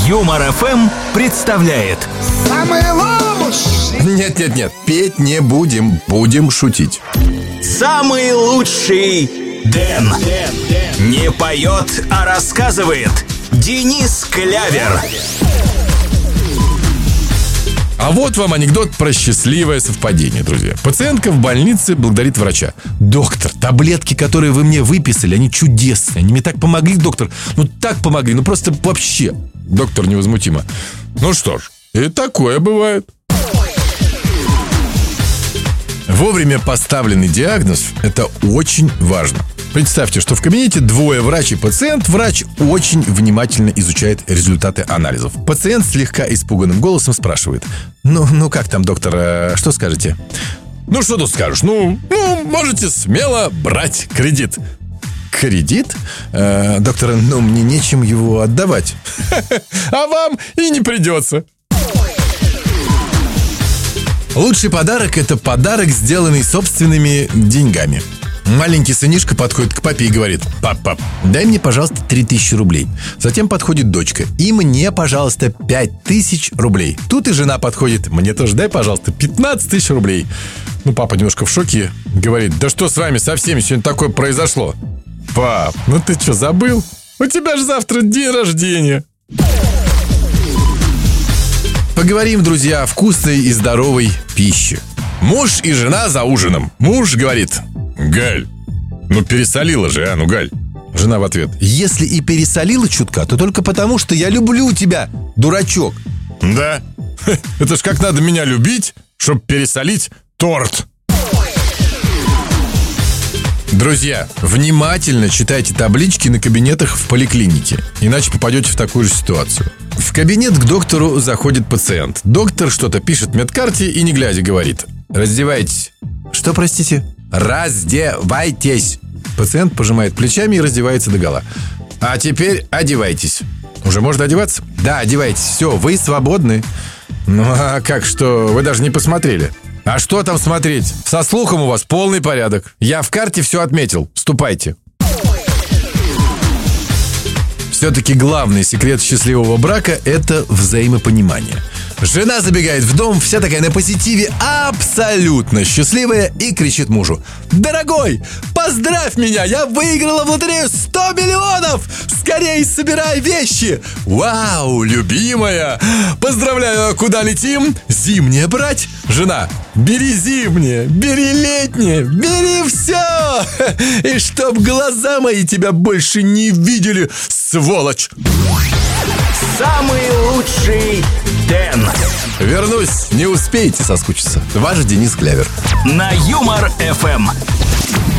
Юмор ФМ представляет. Самый лучший. Нет, петь не будем, будем шутить. Самый лучший Дэн. Не поет, а рассказывает Денис Клявер. А вот вам анекдот про счастливое совпадение, друзья. Пациентка в больнице благодарит врача. Доктор, таблетки, которые вы мне выписали, они чудесные. Они мне так помогли, доктор. Ну так помогли, ну просто вообще. Доктор невозмутимо. Ну что ж, и такое бывает. Вовремя поставленный диагноз – это очень важно. Представьте, что в кабинете двое, врач и пациент. Врач очень внимательно изучает результаты анализов. Пациент слегка испуганным голосом спрашивает: Ну как там, доктор, что скажете? Ну, что тут скажешь? Ну, можете смело брать кредит. Кредит? Доктор, мне нечем его отдавать. А вам и не придется. Лучший подарок – это подарок, сделанный собственными деньгами. Маленький сынишка подходит к папе и говорит: Пап, дай мне, пожалуйста, 3000 рублей. Затем подходит дочка: и мне, пожалуйста, 5000 рублей. Тут и жена подходит: мне тоже дай, пожалуйста, 15 000 рублей. Папа немножко в шоке, говорит: да что с вами со всеми сегодня такое произошло? Пап, ты что, забыл? У тебя же завтра день рождения. Поговорим, друзья, о вкусной и здоровой пище. Муж и жена за ужином. Муж говорит: Галь, пересолила же, Галь. Жена в ответ: если и пересолила чутка, то только потому, что я люблю тебя, дурачок. Да? Это ж как надо меня любить, чтобы пересолить торт. Друзья, внимательно читайте таблички на кабинетах в поликлинике, иначе попадете в такую же ситуацию. В кабинет к доктору заходит пациент. Доктор что-то пишет в медкарте и, не глядя, говорит: раздевайтесь. Что, простите? Раздевайтесь. Пациент пожимает плечами и раздевается догола. А теперь одевайтесь. Уже можно одеваться? Да, одевайтесь. Все, вы свободны. А как, что? Вы даже не посмотрели. А что там смотреть? Со слухом у вас полный порядок. Я в карте все отметил. Ступайте. Все-таки главный секрет счастливого брака – это взаимопонимание. Жена забегает в дом, вся такая на позитиве, абсолютно счастливая, и кричит мужу: дорогой, поздравь меня, я выиграла в лотерею 100 миллионов! Скорей собирай вещи! Вау, любимая! Поздравляю, куда летим? Зимнее брать? Жена: бери зимнее, бери летнее, бери все! И чтоб глаза мои тебя больше не видели, сволочь! Самый лучший Дэн. Вернусь, не успеете соскучиться. Ваш Денис Клявер. На Юмор ФМ.